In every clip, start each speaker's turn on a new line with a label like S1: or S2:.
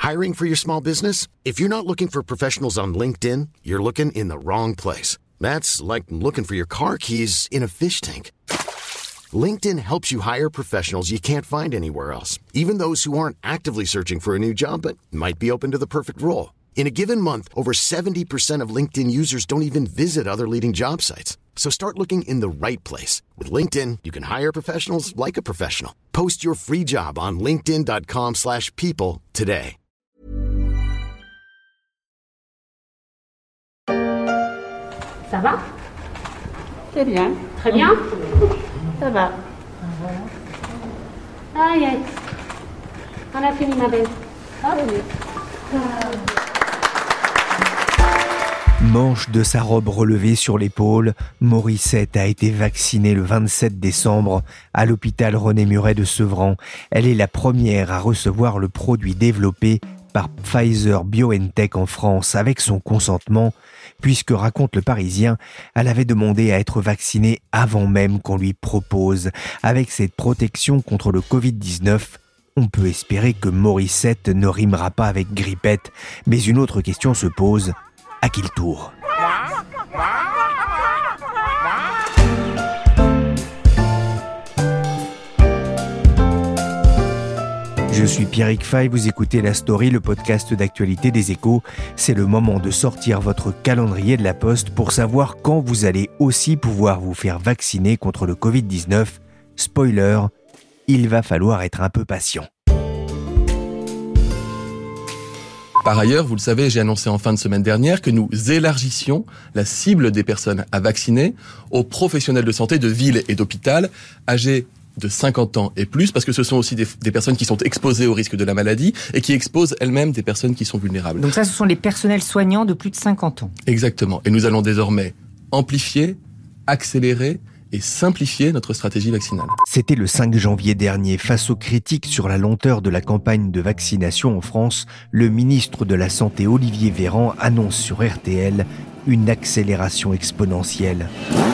S1: Hiring for your small business? If you're not looking for professionals on LinkedIn, you're looking in the wrong place. That's like looking for your car keys in a fish tank. LinkedIn helps you hire professionals you can't find anywhere else, even those who aren't actively searching for a new job but might be open to the perfect role. In a given month, over 70% of LinkedIn users don't even visit other leading job sites. So start looking in the right place. With LinkedIn, you can hire professionals like a professional. Post your free job on linkedin.com/people today.
S2: Ça va?
S3: C'est bien.
S2: Très bien?
S3: Ça va.
S2: Aïe, aïe. On a fini, ma belle.
S3: Ah oui.
S4: Manche de sa robe relevée sur l'épaule, Morissette a été vaccinée le 27 décembre à l'hôpital René-Muret de Sevran. Elle est la première à recevoir le produit développé par Pfizer-BioNTech en France avec son consentement, puisque, raconte le Parisien, elle avait demandé à être vaccinée avant même qu'on lui propose. Avec cette protection contre le Covid-19, on peut espérer que Morissette ne rimera pas avec grippette, mais une autre question se pose. À qui le tour ? Je suis Pierrick Fay, vous écoutez La Story, le podcast d'actualité des Échos. C'est le moment de sortir votre calendrier de la poste pour savoir quand vous allez aussi pouvoir vous faire vacciner contre le Covid-19. Spoiler, il va falloir être un peu patient.
S5: Par ailleurs, vous le savez, j'ai annoncé en fin de semaine dernière que nous élargissions la cible des personnes à vacciner aux professionnels de santé de ville et d'hôpital âgés de 50 ans et plus, parce que ce sont aussi des personnes qui sont exposées au risque de la maladie et qui exposent elles-mêmes des personnes qui sont vulnérables.
S6: Donc ça, ce sont les personnels soignants de plus de 50 ans.
S5: Exactement. Et nous allons désormais amplifier, accélérer et simplifier notre stratégie vaccinale.
S4: C'était le 5 janvier dernier. Face aux critiques sur la lenteur de la campagne de vaccination en France, le ministre de la Santé Olivier Véran annonce sur RTL une accélération exponentielle.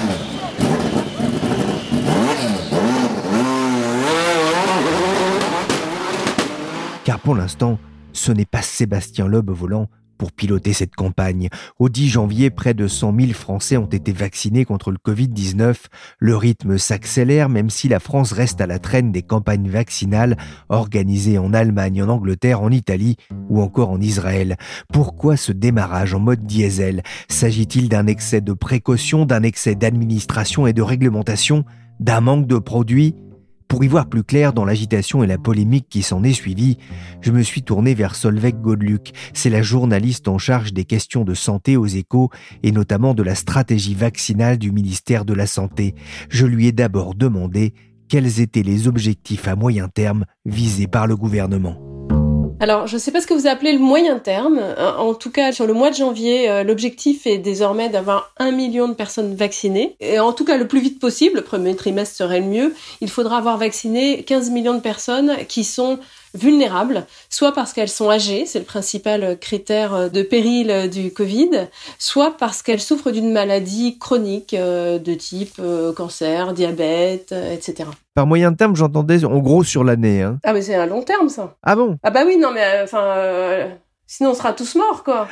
S4: Car pour l'instant, ce n'est pas Sébastien Loeb au volant pour piloter cette campagne. Au 10 janvier, près de 100 000 Français ont été vaccinés contre le Covid-19. Le rythme s'accélère, même si la France reste à la traîne des campagnes vaccinales organisées en Allemagne, en Angleterre, en Italie ou encore en Israël. Pourquoi ce démarrage en mode diesel ? S'agit-il d'un excès de précaution, d'un excès d'administration et de réglementation, d'un manque de produits ? Pour y voir plus clair dans l'agitation et la polémique qui s'en est suivie, je me suis tourné vers Solveig Godluc. C'est la journaliste en charge des questions de santé aux Échos et notamment de la stratégie vaccinale du ministère de la Santé. Je lui ai d'abord demandé quels étaient les objectifs à moyen terme visés par le gouvernement.
S7: Alors, je ne sais pas ce que vous appelez le moyen terme. En tout cas, sur le mois de janvier, l'objectif est désormais d'avoir 1 million de personnes vaccinées. Et en tout cas, le plus vite possible, le premier trimestre serait le mieux, il faudra avoir vacciné 15 millions de personnes qui sont vulnérables, soit parce qu'elles sont âgées, c'est le principal critère de péril du Covid, soit parce qu'elles souffrent d'une maladie chronique de type cancer, diabète, etc.
S4: Par moyen terme, j'entendais en gros sur l'année. Hein.
S7: Ah mais c'est à long terme ça.
S4: Ah bon ?
S7: Ah bah oui, non mais sinon on sera tous morts quoi.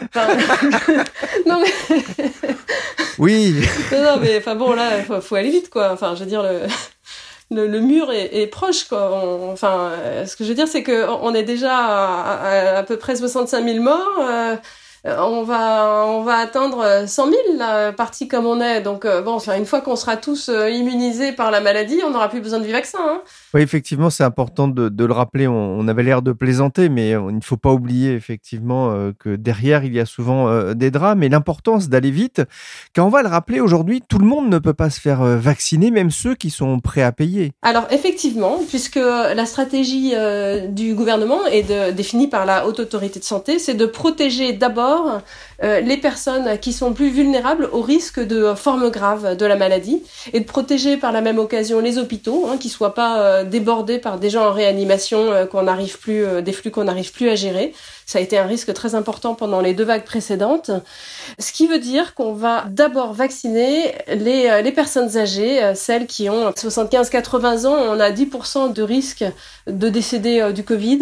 S7: Non mais
S4: oui.
S7: non mais bon là faut aller vite quoi. Enfin je veux dire le mur est proche quoi. Ce que je veux dire c'est que on est déjà à peu près 65 000 morts. On va atteindre 100 000 là, partis comme on est. Donc une fois qu'on sera tous immunisés par la maladie, on n'aura plus besoin du vaccin. Hein.
S4: Oui, effectivement, c'est important de le rappeler. On avait l'air de plaisanter, mais il ne faut pas oublier effectivement que derrière, il y a souvent des drames et l'importance d'aller vite. Car on va le rappeler aujourd'hui, tout le monde ne peut pas se faire vacciner, même ceux qui sont prêts à payer.
S7: Alors effectivement, puisque la stratégie du gouvernement est définie par la Haute Autorité de Santé, c'est de protéger d'abord les personnes qui sont plus vulnérables au risque de formes graves de la maladie et de protéger par la même occasion les hôpitaux, qui soient pas débordés par des gens en réanimation des flux qu'on n'arrive plus à gérer. Ça a été un risque très important pendant les 2 vagues précédentes. Ce qui veut dire qu'on va d'abord vacciner les personnes âgées, celles qui ont 75-80 ans. On a 10% de risque de décéder du Covid.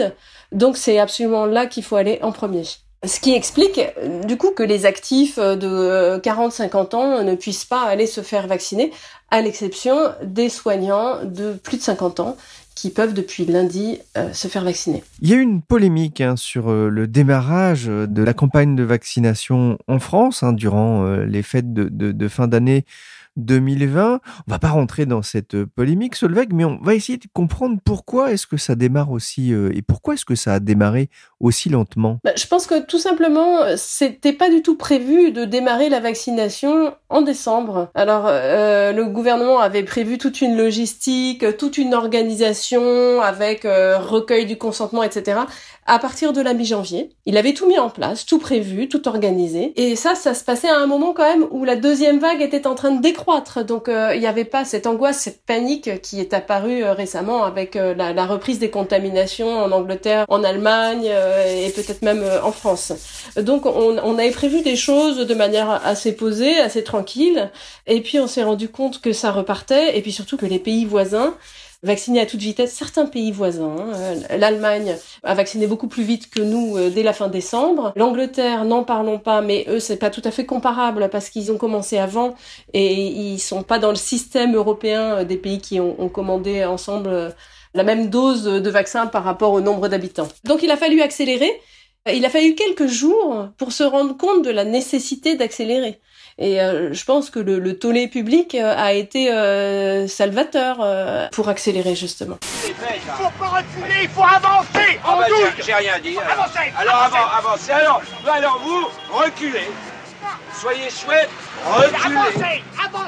S7: Donc c'est absolument là qu'il faut aller en premier. Ce qui explique du coup que les actifs de 40-50 ans ne puissent pas aller se faire vacciner, à l'exception des soignants de plus de 50 ans qui peuvent depuis lundi se faire vacciner.
S4: Il y a eu une polémique sur le démarrage de la campagne de vaccination en France durant les fêtes de fin d'année 2020. On va pas rentrer dans cette polémique, Solveig, mais on va essayer de comprendre pourquoi est-ce que ça démarre aussi et pourquoi est-ce que ça a démarré aussi lentement.
S7: Je pense que tout simplement, c'était pas du tout prévu de démarrer la vaccination en décembre. Alors, le gouvernement avait prévu toute une logistique, toute une organisation avec recueil du consentement, etc. À partir de la mi-janvier. Il avait tout mis en place, tout prévu, tout organisé. Et ça se passait à un moment quand même où la deuxième vague était en train de décroître. Donc il n'y avait pas cette angoisse, cette panique qui est apparue récemment avec la reprise des contaminations en Angleterre, en Allemagne et peut-être même en France. Donc on avait prévu des choses de manière assez posée, assez tranquille. Et puis on s'est rendu compte que ça repartait et puis surtout que les pays voisins vacciner à toute vitesse. Certains pays voisins, l'Allemagne a vacciné beaucoup plus vite que nous dès la fin décembre. L'Angleterre, n'en parlons pas, mais eux, c'est pas tout à fait comparable parce qu'ils ont commencé avant et ils sont pas dans le système européen des pays qui ont commandé ensemble la même dose de vaccin par rapport au nombre d'habitants. Donc il a fallu accélérer. Il a fallu quelques jours pour se rendre compte de la nécessité d'accélérer. Et je pense que le tollé public a été salvateur pour accélérer justement.
S8: Il faut pas reculer, il faut avancer. J'ai rien dit. Alors avancez. Alors vous reculez. Soyez chouette, reculez.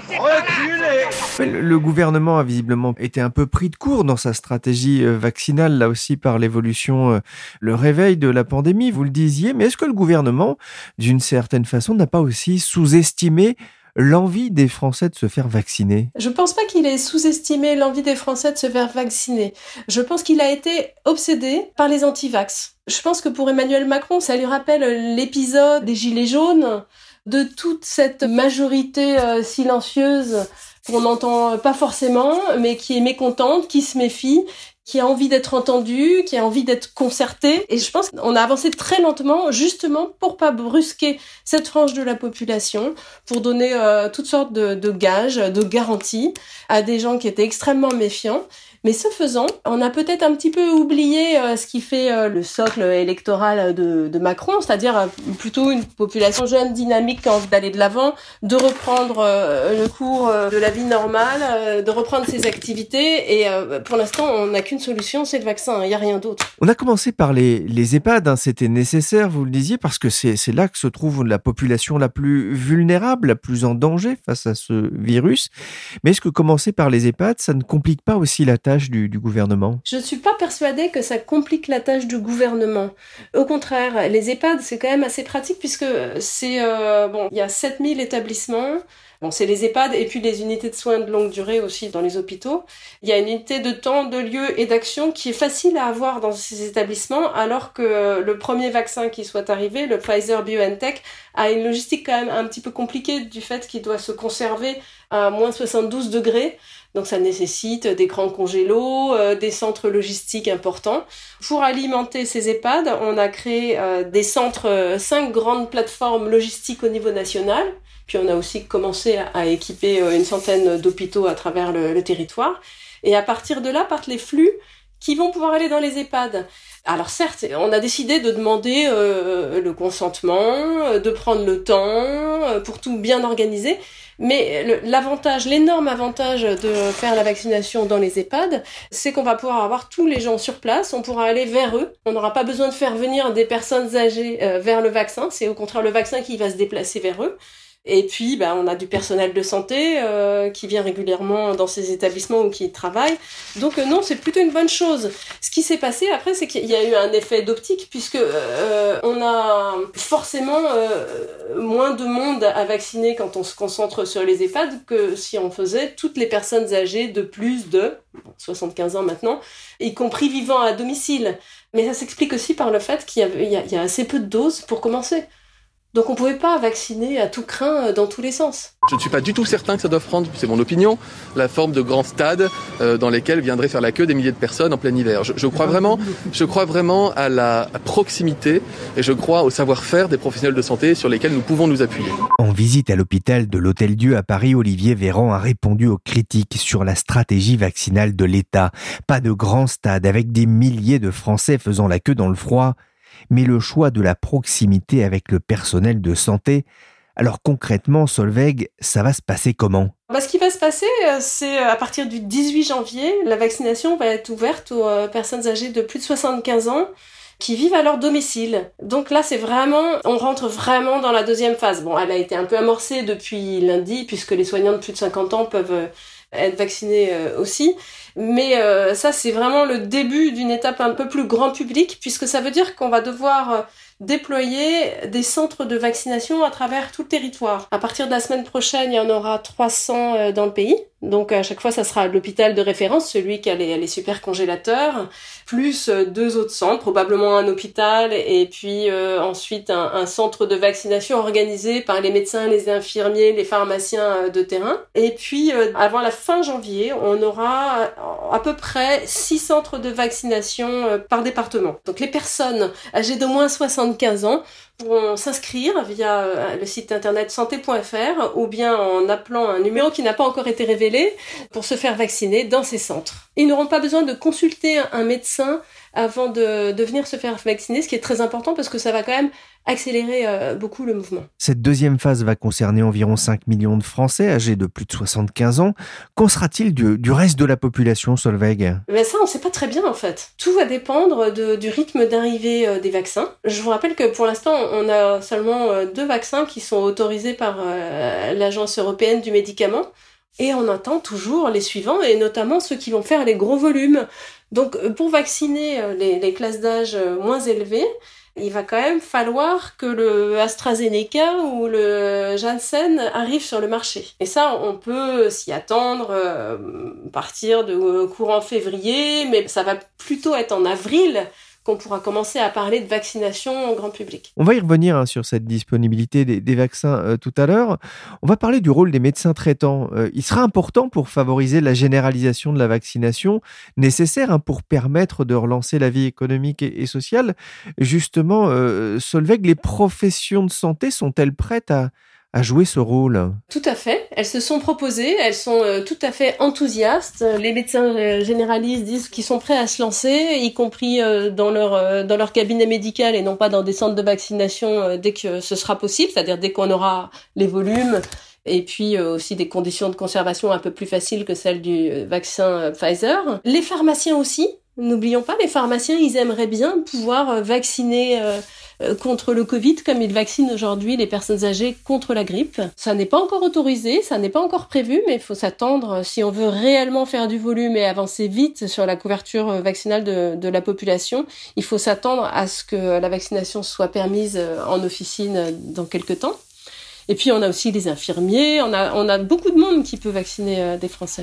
S4: Le gouvernement a visiblement été un peu pris de court dans sa stratégie vaccinale, là aussi par l'évolution, le réveil de la pandémie, vous le disiez. Mais est-ce que le gouvernement, d'une certaine façon, n'a pas aussi sous-estimé l'envie des Français de se faire vacciner?
S7: Je pense pas qu'il ait sous-estimé l'envie des Français de se faire vacciner. Je pense qu'il a été obsédé par les anti-vax. Je pense que pour Emmanuel Macron, ça lui rappelle l'épisode des Gilets jaunes, de toute cette majorité silencieuse qu'on n'entend pas forcément, mais qui est mécontente, qui se méfie, qui a envie d'être entendue, qui a envie d'être concertée. Et je pense qu'on a avancé très lentement, justement pour pas brusquer cette frange de la population, pour donner toutes sortes de gages, de garanties à des gens qui étaient extrêmement méfiants. Mais ce faisant, on a peut-être un petit peu oublié ce qui fait le socle électoral de Macron, c'est-à-dire plutôt une population jeune, dynamique, qui a envie d'aller de l'avant, de reprendre le cours de la vie normale, de reprendre ses activités. Et pour l'instant, on n'a qu'une solution, c'est le vaccin, il n'y a rien d'autre.
S4: On a commencé par les EHPAD, c'était nécessaire, vous le disiez, parce que c'est là que se trouve la population la plus vulnérable, la plus en danger face à ce virus. Mais est-ce que commencer par les EHPAD, ça ne complique pas aussi la tâche du gouvernement? Je
S7: ne suis pas persuadée que ça complique la tâche du gouvernement. Au contraire, les EHPAD, c'est quand même assez pratique puisque c'est il y a 7000 établissements. Bon, c'est les EHPAD et puis les unités de soins de longue durée aussi dans les hôpitaux. Il y a une unité de temps, de lieu et d'action qui est facile à avoir dans ces établissements, alors que le premier vaccin qui soit arrivé, le Pfizer-BioNTech, a une logistique quand même un petit peu compliquée du fait qu'il doit se conserver à moins 72 degrés. Donc ça nécessite des grands congélos, des centres logistiques importants. Pour alimenter ces EHPAD, on a créé des centres, 5 grandes plateformes logistiques au niveau national. Puis on a aussi commencé à équiper une centaine d'hôpitaux à travers le territoire. Et à partir de là partent les flux qui vont pouvoir aller dans les EHPAD. Alors certes, on a décidé de demander le consentement, de prendre le temps pour tout bien organiser. Mais l'énorme avantage de faire la vaccination dans les EHPAD, c'est qu'on va pouvoir avoir tous les gens sur place, on pourra aller vers eux, on n'aura pas besoin de faire venir des personnes âgées vers le vaccin, c'est au contraire le vaccin qui va se déplacer vers eux. Et puis, on a du personnel de santé qui vient régulièrement dans ces établissements ou qui y travaille. Donc non, c'est plutôt une bonne chose. Ce qui s'est passé après, c'est qu'il y a eu un effet d'optique puisque on a forcément moins de monde à vacciner quand on se concentre sur les EHPAD que si on faisait toutes les personnes âgées de plus de 75 ans maintenant, y compris vivant à domicile. Mais ça s'explique aussi par le fait qu'il y a assez peu de doses pour commencer. Donc on pouvait pas vacciner à tout crin dans tous les sens.
S5: Je ne suis pas du tout certain que ça doit prendre, c'est mon opinion, la forme de grands stades dans lesquels viendraient faire la queue des milliers de personnes en plein hiver. Je crois vraiment à la proximité et je crois au savoir-faire des professionnels de santé sur lesquels nous pouvons nous appuyer.
S4: En visite à l'hôpital de l'Hôtel-Dieu à Paris, Olivier Véran a répondu aux critiques sur la stratégie vaccinale de l'État. Pas de grands stades avec des milliers de Français faisant la queue dans le froid, mais le choix de la proximité avec le personnel de santé. Alors concrètement, Solveig, ça va se passer comment ?
S7: Ce qui va se passer, c'est à partir du 18 janvier, la vaccination va être ouverte aux personnes âgées de plus de 75 ans qui vivent à leur domicile. Donc là, on rentre vraiment dans la deuxième phase. Bon, elle a été un peu amorcée depuis lundi, puisque les soignants de plus de 50 ans peuvent être vaccinés aussi. Mais ça, c'est vraiment le début d'une étape un peu plus grand public, puisque ça veut dire qu'on va devoir déployer des centres de vaccination à travers tout le territoire. À partir de la semaine prochaine, il y en aura 300 dans le pays. Donc à chaque fois, ça sera l'hôpital de référence, celui qui a les super congélateurs, plus 2 autres centres, probablement un hôpital et puis ensuite un centre de vaccination organisé par les médecins, les infirmiers, les pharmaciens de terrain. Et puis avant la fin janvier, on aura à peu près 6 centres de vaccination par département. Donc les personnes âgées d'au moins 75 ans pourront s'inscrire via le site internet santé.fr ou bien en appelant un numéro qui n'a pas encore été révélé pour se faire vacciner dans ces centres. Ils n'auront pas besoin de consulter un médecin avant de venir se faire vacciner, ce qui est très important parce que ça va quand même accélérer beaucoup le mouvement.
S4: Cette deuxième phase va concerner environ 5 millions de Français âgés de plus de 75 ans. Qu'en sera-t-il du reste de la population, Solveig ?
S7: Ça, on ne sait pas très bien en fait. Tout va dépendre du rythme d'arrivée des vaccins. Je vous rappelle que pour l'instant, on a seulement 2 vaccins qui sont autorisés par l'Agence européenne du médicament. Et on attend toujours les suivants, et notamment ceux qui vont faire les gros volumes. Donc pour vacciner les classes d'âge moins élevées, il va quand même falloir que le AstraZeneca ou le Janssen arrivent sur le marché. Et ça, on peut s'y attendre à partir de courant février, mais ça va plutôt être en avril qu'on pourra commencer à parler de vaccination au grand public.
S4: On va y revenir sur cette disponibilité des vaccins tout à l'heure. On va parler du rôle des médecins traitants. Il sera important pour favoriser la généralisation de la vaccination, nécessaire pour permettre de relancer la vie économique et sociale. Justement, Solveig, les professions de santé sont-elles prêtes à jouer ce rôle ?
S7: Tout à fait. Elles se sont proposées, elles sont tout à fait enthousiastes. Les médecins généralistes disent qu'ils sont prêts à se lancer, y compris dans leur cabinet médical et non pas dans des centres de vaccination dès que ce sera possible, c'est-à-dire dès qu'on aura les volumes et puis aussi des conditions de conservation un peu plus faciles que celles du vaccin Pfizer. Les pharmaciens aussi. N'oublions pas, les pharmaciens, ils aimeraient bien pouvoir vacciner contre le Covid comme ils vaccinent aujourd'hui les personnes âgées contre la grippe. Ça n'est pas encore autorisé, ça n'est pas encore prévu, mais il faut s'attendre, si on veut réellement faire du volume et avancer vite sur la couverture vaccinale de la population, il faut s'attendre à ce que la vaccination soit permise en officine dans quelques temps. Et puis on a aussi les infirmiers, on a beaucoup de monde qui peut vacciner des Français.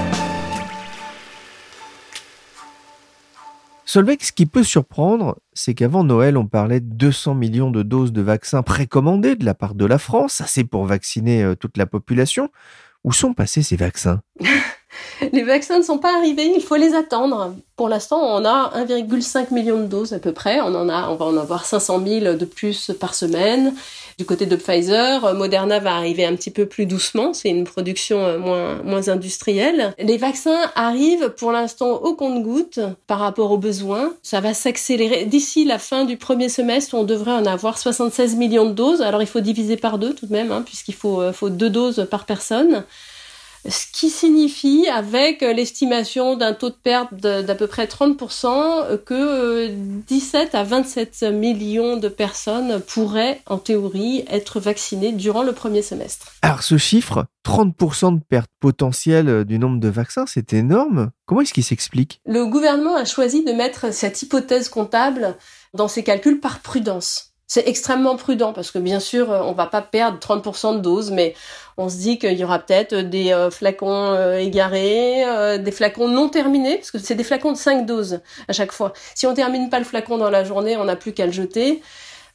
S4: Solveig, ce qui peut surprendre, c'est qu'avant Noël, on parlait de 200 millions de doses de vaccins précommandées de la part de la France, assez pour vacciner toute la population. Où sont passés ces vaccins ?
S7: Les vaccins ne sont pas arrivés, il faut les attendre. Pour l'instant, on a 1,5 million de doses à peu près. On va en avoir 500 000 de plus par semaine. Du côté de Pfizer, Moderna va arriver un petit peu plus doucement. C'est une production moins industrielle. Les vaccins arrivent pour l'instant au compte-gouttes par rapport aux besoins. Ça va s'accélérer. D'ici la fin du premier semestre, on devrait en avoir 76 millions de doses. Alors il faut diviser par 2 tout de même, puisqu'il faut 2 doses par personne. Ce qui signifie, avec l'estimation d'un taux de perte d'à peu près 30%, que 17 à 27 millions de personnes pourraient, en théorie, être vaccinées durant le premier semestre.
S4: Alors ce chiffre, 30% de perte potentielle du nombre de vaccins, c'est énorme. Comment est-ce qu'il s'explique ?
S7: Le gouvernement a choisi de mettre cette hypothèse comptable dans ses calculs par prudence. C'est extrêmement prudent parce que bien sûr, on va pas perdre 30% de doses, mais on se dit qu'il y aura peut-être des flacons égarés, des flacons non terminés, parce que c'est des flacons de 5 doses à chaque fois. Si on termine pas le flacon dans la journée, on n'a plus qu'à le jeter.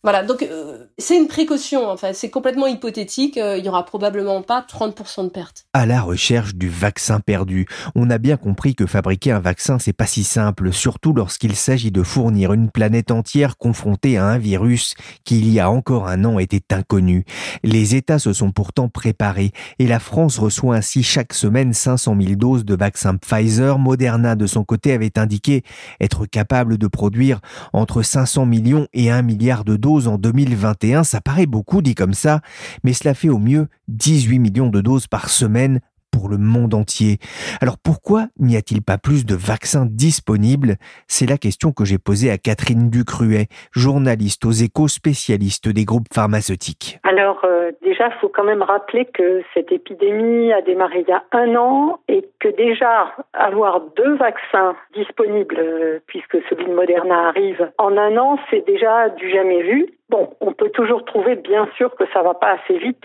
S7: Voilà, donc c'est une précaution, enfin c'est complètement hypothétique, il n'y aura probablement pas 30% de pertes.
S4: À la recherche du vaccin perdu, on a bien compris que fabriquer un vaccin, c'est pas si simple, surtout lorsqu'il s'agit de fournir une planète entière confrontée à un virus qui, il y a encore un an, était inconnu. Les États se sont pourtant préparés et la France reçoit ainsi chaque semaine 500 000 doses de vaccin Pfizer. Moderna, de son côté, avait indiqué être capable de produire entre 500 millions et 1 milliard de doses en 2021. Ça paraît beaucoup dit comme ça, mais cela fait au mieux 18 millions de doses par semaine pour le monde entier. Alors pourquoi n'y a-t-il pas plus de vaccins disponibles ? C'est la question que j'ai posée à Catherine Ducruet, journaliste aux Échos, spécialiste des groupes pharmaceutiques.
S9: Alors déjà, il faut quand même rappeler que cette épidémie a démarré il y a 1 an et que déjà avoir 2 vaccins disponibles, puisque celui de Moderna arrive en 1 an, c'est déjà du jamais vu. Bon, on peut toujours trouver, bien sûr, que ça va pas assez vite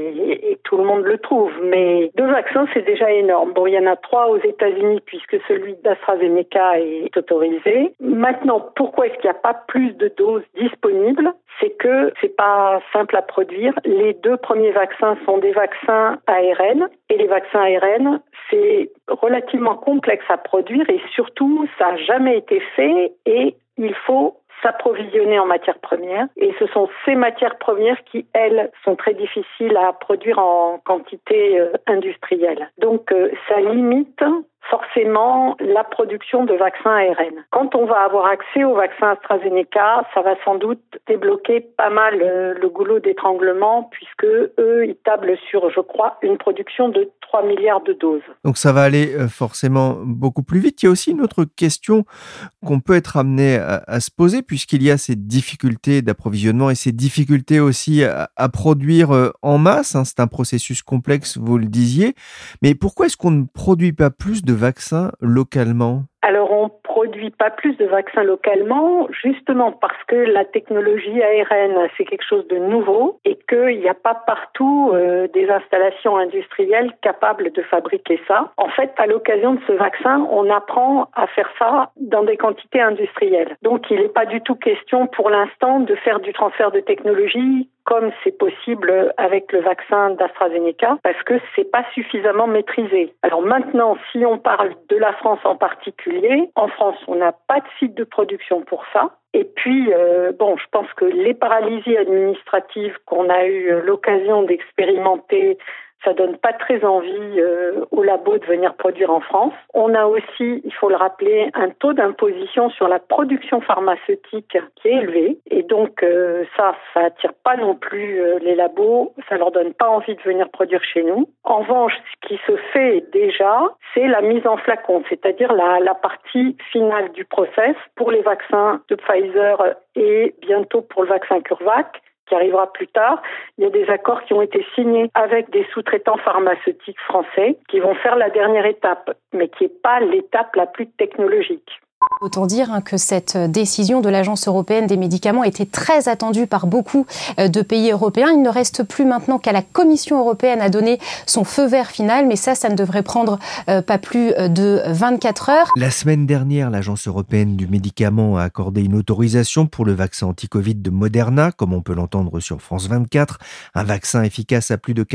S9: et tout le monde le trouve, mais 2 vaccins, c'est déjà énorme. Bon, il y en a 3 aux États-Unis puisque celui d'AstraZeneca est autorisé. Maintenant, pourquoi est-ce qu'il n'y a pas plus de doses disponibles ? C'est que c'est pas simple à produire. Les 2 premiers vaccins sont des vaccins ARN et les vaccins ARN, c'est relativement complexe à produire et surtout, ça n'a jamais été fait et il faut s'approvisionner en matières premières. Et ce sont ces matières premières qui, elles, sont très difficiles à produire en quantité industrielle. Donc, ça limite forcément la production de vaccins ARN. Quand on va avoir accès au vaccin AstraZeneca, ça va sans doute débloquer pas mal le goulot d'étranglement puisque eux, ils tablent sur, je crois, une production de 3 milliards de doses.
S4: Donc ça va aller forcément beaucoup plus vite. Il y a aussi une autre question qu'on peut être amené à se poser puisqu'il y a ces difficultés d'approvisionnement et ces difficultés aussi à produire en masse. C'est un processus complexe, vous le disiez. Mais pourquoi est-ce qu'on ne produit pas plus de vaccins localement ?
S9: Alors, on produit pas plus de vaccins localement, justement parce que la technologie ARN, c'est quelque chose de nouveau et qu'il n'y a pas partout des installations industrielles capables de fabriquer ça. En fait, à l'occasion de ce vaccin, on apprend à faire ça dans des quantités industrielles. Donc, il n'est pas du tout question pour l'instant de faire du transfert de technologie comme c'est possible avec le vaccin d'AstraZeneca, parce que c'est pas suffisamment maîtrisé. Alors maintenant, si on parle de la France en particulier, en France, on n'a pas de site de production pour ça. Et puis, je pense que les paralysies administratives qu'on a eu l'occasion d'expérimenter, ça donne pas très envie aux labos de venir produire en France. On a aussi, il faut le rappeler, un taux d'imposition sur la production pharmaceutique qui est élevé. Et donc, ça attire pas non plus les labos. Ça leur donne pas envie de venir produire chez nous. En revanche, ce qui se fait déjà, c'est la mise en flacon, c'est-à-dire la partie finale du process pour les vaccins de Pfizer et bientôt pour le vaccin CureVac, qui arrivera plus tard. Il y a des accords qui ont été signés avec des sous-traitants pharmaceutiques français qui vont faire la dernière étape, mais qui n'est pas l'étape la plus technologique.
S10: Autant dire que cette décision de l'Agence européenne des médicaments était très attendue par beaucoup de pays européens. Il ne reste plus maintenant qu'à la Commission européenne à donner son feu vert final, mais ça ne devrait prendre pas plus de 24 heures.
S4: La semaine dernière, l'Agence européenne du médicament a accordé une autorisation pour le vaccin anti-Covid de Moderna, comme on peut l'entendre sur France 24. Un vaccin efficace à plus de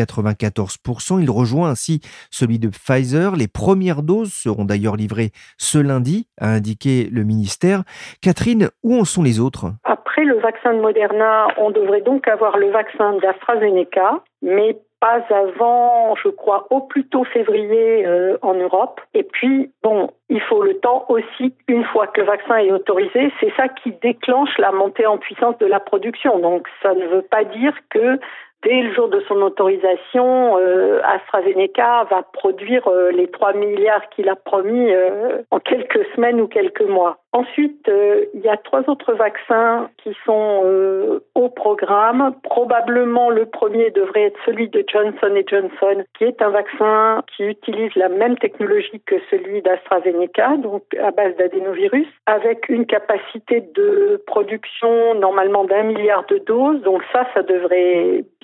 S4: 94%. Il rejoint ainsi celui de Pfizer. Les premières doses seront d'ailleurs livrées ce lundi, a indiqué le ministère. Catherine, où en sont les autres ?
S9: Après le vaccin de Moderna, on devrait donc avoir le vaccin d'AstraZeneca, mais pas avant, je crois, au plus tôt février en Europe. Et puis, il faut le temps aussi, une fois que le vaccin est autorisé, c'est ça qui déclenche la montée en puissance de la production. Donc, ça ne veut pas dire que dès le jour de son autorisation, AstraZeneca va produire les 3 milliards qu'il a promis en quelques semaines ou quelques mois. Ensuite, il y a 3 autres vaccins qui sont au programme. Probablement, le premier devrait être celui de Johnson & Johnson, qui est un vaccin qui utilise la même technologie que celui d'AstraZeneca, donc à base d'adénovirus, avec une capacité de production normalement d'1 milliard de doses. Donc ça devrait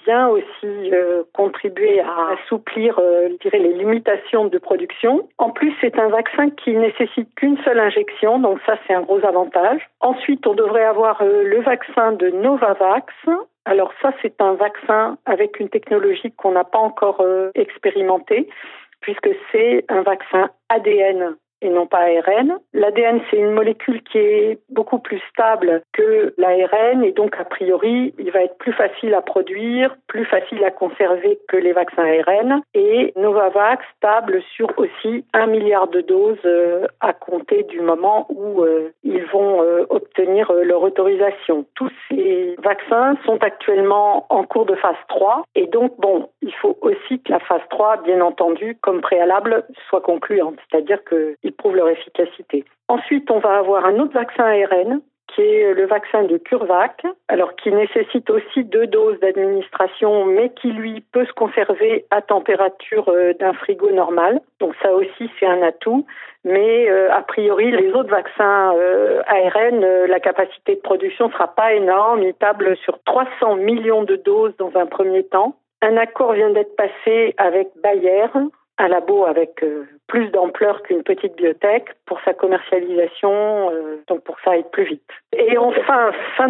S9: vient aussi contribuer à assouplir les limitations de production. En plus, c'est un vaccin qui nécessite qu'une seule injection, donc ça c'est un gros avantage. Ensuite, on devrait avoir le vaccin de Novavax. Alors ça, c'est un vaccin avec une technologie qu'on n'a pas encore expérimentée, puisque c'est un vaccin ADN et non pas ARN. L'ADN, c'est une molécule qui est beaucoup plus stable que l'ARN et donc, a priori, il va être plus facile à produire, plus facile à conserver que les vaccins ARN. Et Novavax table sur aussi 1 milliard de doses à compter du moment où ils vont obtenir leur autorisation. Tous ces vaccins sont actuellement en cours de phase 3 et donc, il faut aussi que la phase 3, bien entendu, comme préalable, soit concluante, c'est-à-dire qu'ils prouvent leur efficacité. Ensuite, on va avoir un autre vaccin ARN qui est le vaccin de CureVac, alors qui nécessite aussi 2 doses d'administration, mais qui, lui, peut se conserver à température d'un frigo normal. Donc ça aussi, c'est un atout. Mais a priori, les autres vaccins ARN, la capacité de production ne sera pas énorme. Ils tablent sur 300 millions de doses dans un premier temps. Un accord vient d'être passé avec Bayer, un labo avec plus d'ampleur qu'une petite biotech pour sa commercialisation, donc pour que ça aille plus vite. Et enfin, fin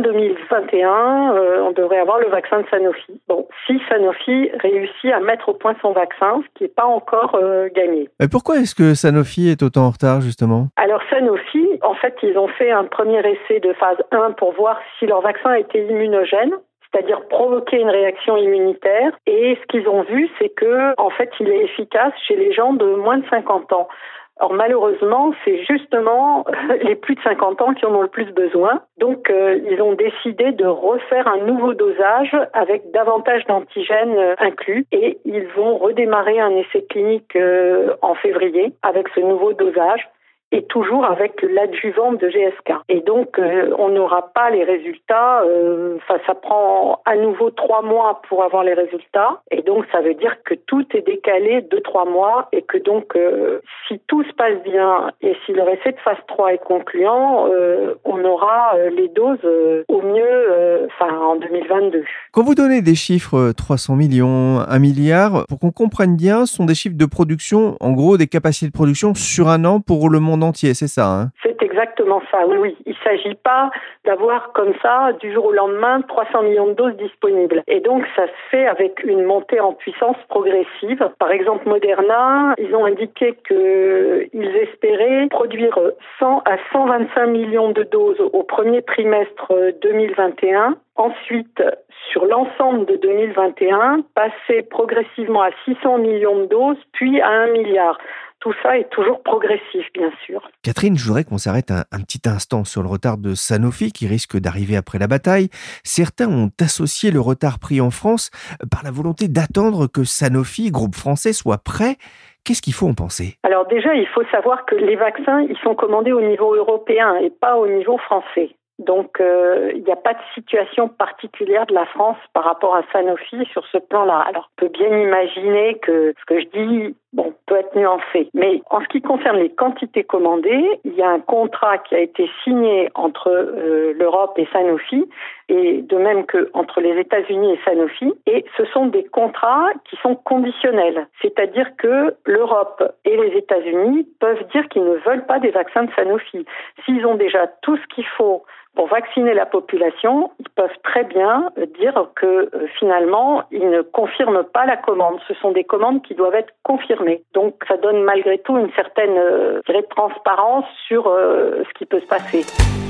S9: 2021, on devrait avoir le vaccin de Sanofi. Si Sanofi réussit à mettre au point son vaccin, ce qui n'est pas encore gagné.
S4: Mais pourquoi est-ce que Sanofi est autant en retard, justement ? Alors
S9: Sanofi, en fait, ils ont fait un premier essai de phase 1 pour voir si leur vaccin était immunogène, c'est-à-dire provoquer une réaction immunitaire. Et ce qu'ils ont vu, c'est que, en fait, il est efficace chez les gens de moins de 50 ans. Or, malheureusement, c'est justement les plus de 50 ans qui en ont le plus besoin. Donc, ils ont décidé de refaire un nouveau dosage avec davantage d'antigènes inclus. Et ils vont redémarrer un essai clinique en février avec ce nouveau dosage. Et toujours avec l'adjuvant de GSK. Et donc, on n'aura pas les résultats. Ça prend à nouveau 3 mois pour avoir les résultats. Et donc, ça veut dire que tout est décalé de 3 mois et que donc, si tout se passe bien et si le essai de phase 3 est concluant, on aura les doses au mieux en 2022.
S4: Quand vous donnez des chiffres 300 millions, 1 milliard, pour qu'on comprenne bien, ce sont des chiffres de production, en gros des capacités de production sur un an pour le monde entier, c'est ça, hein ?
S9: C'est exactement ça, oui. Il ne s'agit pas d'avoir comme ça, du jour au lendemain, 300 millions de doses disponibles. Et donc, ça se fait avec une montée en puissance progressive. Par exemple, Moderna, ils ont indiqué qu'ils espéraient produire 100 à 125 millions de doses au premier trimestre 2021. Ensuite, sur l'ensemble de 2021, passer progressivement à 600 millions de doses, puis à 1 milliard. Tout ça est toujours progressif, bien sûr.
S4: Catherine, je voudrais qu'on s'arrête un petit instant sur le retard de Sanofi qui risque d'arriver après la bataille. Certains ont associé le retard pris en France par la volonté d'attendre que Sanofi, groupe français, soit prêt. Qu'est-ce qu'il faut en penser ?
S9: Alors déjà, il faut savoir que les vaccins, ils sont commandés au niveau européen et pas au niveau français. Donc, il n'y a pas de situation particulière de la France par rapport à Sanofi sur ce plan-là. Alors, on peut bien imaginer que ce que je dis, peut être nuancé. Mais en ce qui concerne les quantités commandées, il y a un contrat qui a été signé entre l'Europe et Sanofi, et de même qu'entre les États-Unis et Sanofi. Et ce sont des contrats qui sont conditionnels. C'est-à-dire que l'Europe et les États-Unis peuvent dire qu'ils ne veulent pas des vaccins de Sanofi. S'ils ont déjà tout ce qu'il faut pour vacciner la population, ils peuvent très bien dire que finalement, ils ne confirment pas la commande. Ce sont des commandes qui doivent être confirmées. Donc, ça donne malgré tout une certaine transparence sur ce qui peut se passer.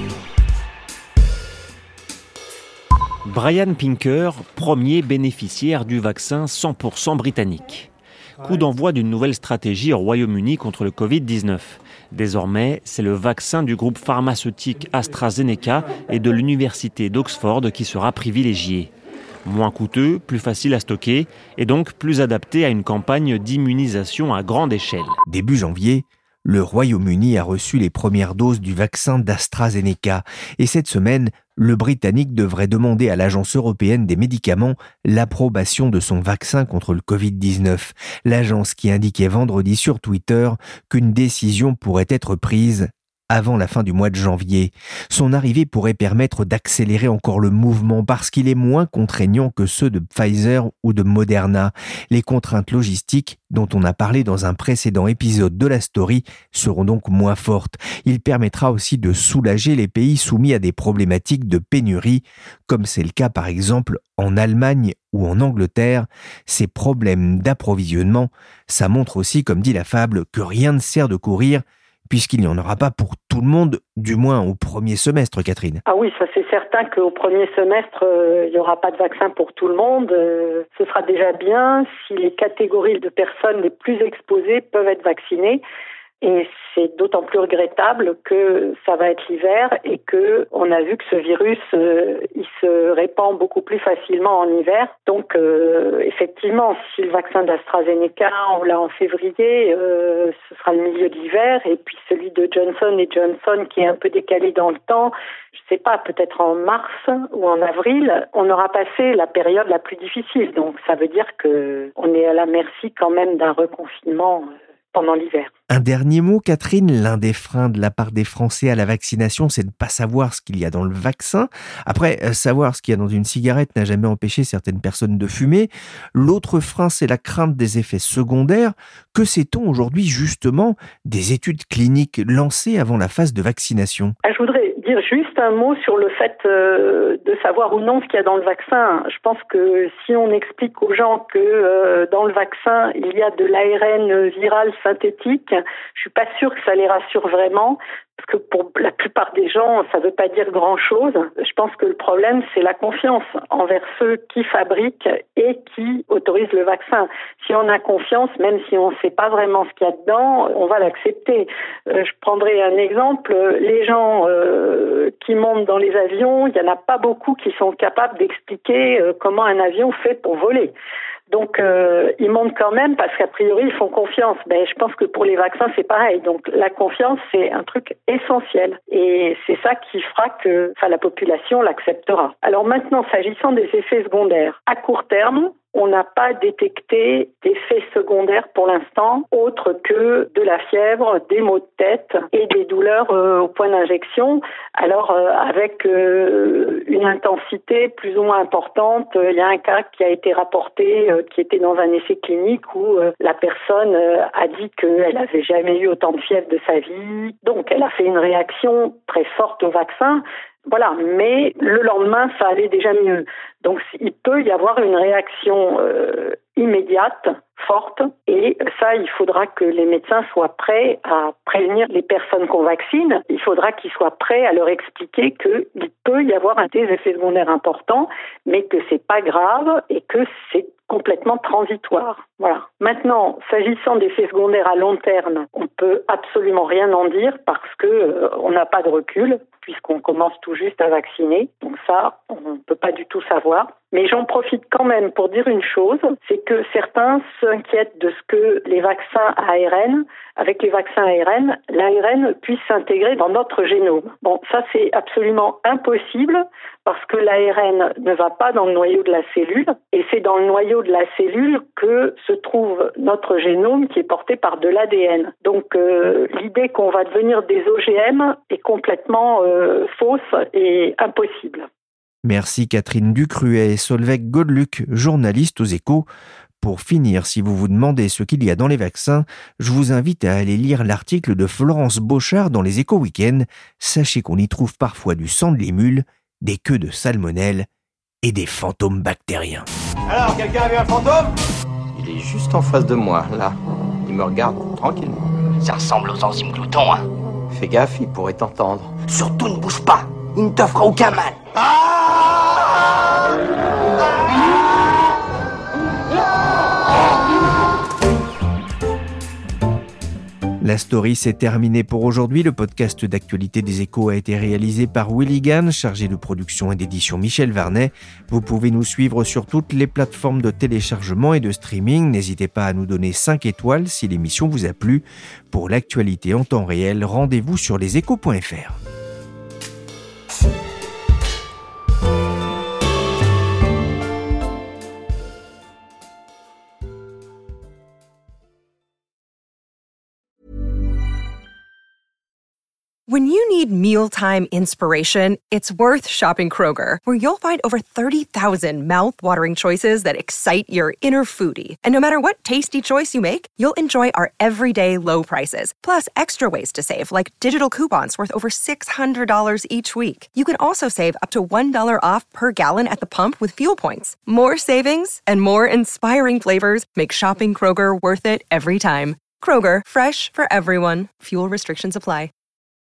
S11: Brian Pinker, premier bénéficiaire du vaccin 100% britannique. Coup d'envoi d'une nouvelle stratégie au Royaume-Uni contre le Covid-19. Désormais, c'est le vaccin du groupe pharmaceutique AstraZeneca et de l'université d'Oxford qui sera privilégié. Moins coûteux, plus facile à stocker et donc plus adapté à une campagne d'immunisation à grande échelle.
S4: Début janvier, le Royaume-Uni a reçu les premières doses du vaccin d'AstraZeneca et cette semaine, le Britannique devrait demander à l'Agence européenne des médicaments l'approbation de son vaccin contre le Covid-19. L'agence qui indiquait vendredi sur Twitter qu'une décision pourrait être prise avant la fin du mois de janvier. Son arrivée pourrait permettre d'accélérer encore le mouvement parce qu'il est moins contraignant que ceux de Pfizer ou de Moderna. Les contraintes logistiques, dont on a parlé dans un précédent épisode de la story, seront donc moins fortes. Il permettra aussi de soulager les pays soumis à des problématiques de pénurie, comme c'est le cas par exemple en Allemagne ou en Angleterre. Ces problèmes d'approvisionnement, ça montre aussi, comme dit la fable, que rien ne sert de courir, puisqu'il n'y en aura pas pour tout le monde, du moins au premier semestre, Catherine.
S9: Ah oui, ça c'est certain qu'au premier semestre, il n'y aura pas de vaccin pour tout le monde. Ce sera déjà bien si les catégories de personnes les plus exposées peuvent être vaccinées. Et c'est d'autant plus regrettable que ça va être l'hiver et que on a vu que ce virus, il se répand beaucoup plus facilement en hiver. Donc, effectivement, si le vaccin d'AstraZeneca, on l'a en février, ce sera le milieu de l'hiver. Et puis celui de Johnson & Johnson, qui est un peu décalé dans le temps, je sais pas, peut-être en mars ou en avril, on aura passé la période la plus difficile. Donc, ça veut dire que on est à la merci quand même d'un reconfinement pendant l'hiver.
S4: Un dernier mot, Catherine. L'un des freins de la part des Français à la vaccination, c'est de ne pas savoir ce qu'il y a dans le vaccin. Après, savoir ce qu'il y a dans une cigarette n'a jamais empêché certaines personnes de fumer. L'autre frein, c'est la crainte des effets secondaires. Que sait-on aujourd'hui, justement, des études cliniques lancées avant la phase de vaccination ?
S9: Je voudrais dire juste un mot sur le fait de savoir ou non ce qu'il y a dans le vaccin. Je pense que si on explique aux gens que dans le vaccin, il y a de l'ARN viral synthétique, je suis pas sûre que ça les rassure vraiment, parce que pour la plupart des gens, ça veut pas dire grand-chose. Je pense que le problème, c'est la confiance envers ceux qui fabriquent et qui autorisent le vaccin. Si on a confiance, même si on ne sait pas vraiment ce qu'il y a dedans, on va l'accepter. Je prendrai un exemple. Les gens qui montent dans les avions, il y en a pas beaucoup qui sont capables d'expliquer comment un avion fait pour voler. Donc, ils montent quand même parce qu'a priori, ils font confiance. Ben, je pense que pour les vaccins, c'est pareil. Donc, la confiance, c'est un truc essentiel. Et c'est ça qui fera que la population l'acceptera. Alors maintenant, s'agissant des effets secondaires, à court terme, on n'a pas détecté d'effets secondaires pour l'instant, autres que de la fièvre, des maux de tête et des douleurs au point d'injection. Alors, avec une intensité plus ou moins importante, il y a un cas qui a été rapporté, qui était dans un essai clinique où la personne a dit qu'elle n'avait jamais eu autant de fièvre de sa vie. Donc, elle a fait une réaction très forte au vaccin. Voilà, mais le lendemain, ça allait déjà mieux. Donc, il peut y avoir une réaction immédiate, forte, et ça, il faudra que les médecins soient prêts à prévenir les personnes qu'on vaccine. Il faudra qu'ils soient prêts à leur expliquer qu'il peut y avoir des effets secondaires importants, mais que c'est pas grave et que c'est complètement transitoire. Voilà. Maintenant, s'agissant d'effets secondaires à long terme, on peut absolument rien en dire parce que on n'a pas de recul puisqu'on commence tout juste à vacciner. Donc ça, on ne peut pas du tout savoir. Mais j'en profite quand même pour dire une chose, c'est que certains s'inquiètent de ce que les vaccins ARN, avec les vaccins ARN, l'ARN puisse s'intégrer dans notre génome. Bon, ça c'est absolument impossible parce que l'ARN ne va pas dans le noyau de la cellule et c'est dans le noyau de la cellule que se trouve notre génome qui est porté par de l'ADN. Donc l'idée qu'on va devenir des OGM est complètement fausse et impossible.
S4: Merci Catherine Ducruet et Solveig Godeluck, journaliste aux Échos. Pour finir, si vous vous demandez ce qu'il y a dans les vaccins, je vous invite à aller lire l'article de Florence Beauchard dans les Échos Week-end. Sachez qu'on y trouve parfois du sang de lémule, des queues de salmonelle et des fantômes bactériens.
S8: Alors, quelqu'un a vu un fantôme ?
S12: Il est juste en face de moi, là. Il me regarde tranquillement.
S13: Ça ressemble aux enzymes glouton, hein.
S12: Fais gaffe, il pourrait t'entendre.
S13: Surtout ne bouge pas, il ne te fera aucun mal.
S4: La story s'est terminée pour aujourd'hui. Le podcast d'actualité des Échos a été réalisé par Willy Gann, chargé de production et d'édition Michel Varnet. Vous pouvez nous suivre sur toutes les plateformes de téléchargement et de streaming. N'hésitez pas à nous donner 5 étoiles si l'émission vous a plu. Pour l'actualité en temps réel, rendez-vous sur leséchos.fr.
S14: When you need mealtime inspiration, it's worth shopping Kroger, where you'll find over 30,000 mouth-watering choices that excite your inner foodie. And no matter what tasty choice you make, you'll enjoy our everyday low prices, plus extra ways to save, like digital coupons worth over $600 each week. You can also save up to $1 off per gallon at the pump with fuel points. More savings and more inspiring flavors make shopping Kroger worth it every time. Kroger, fresh for everyone. Fuel restrictions apply.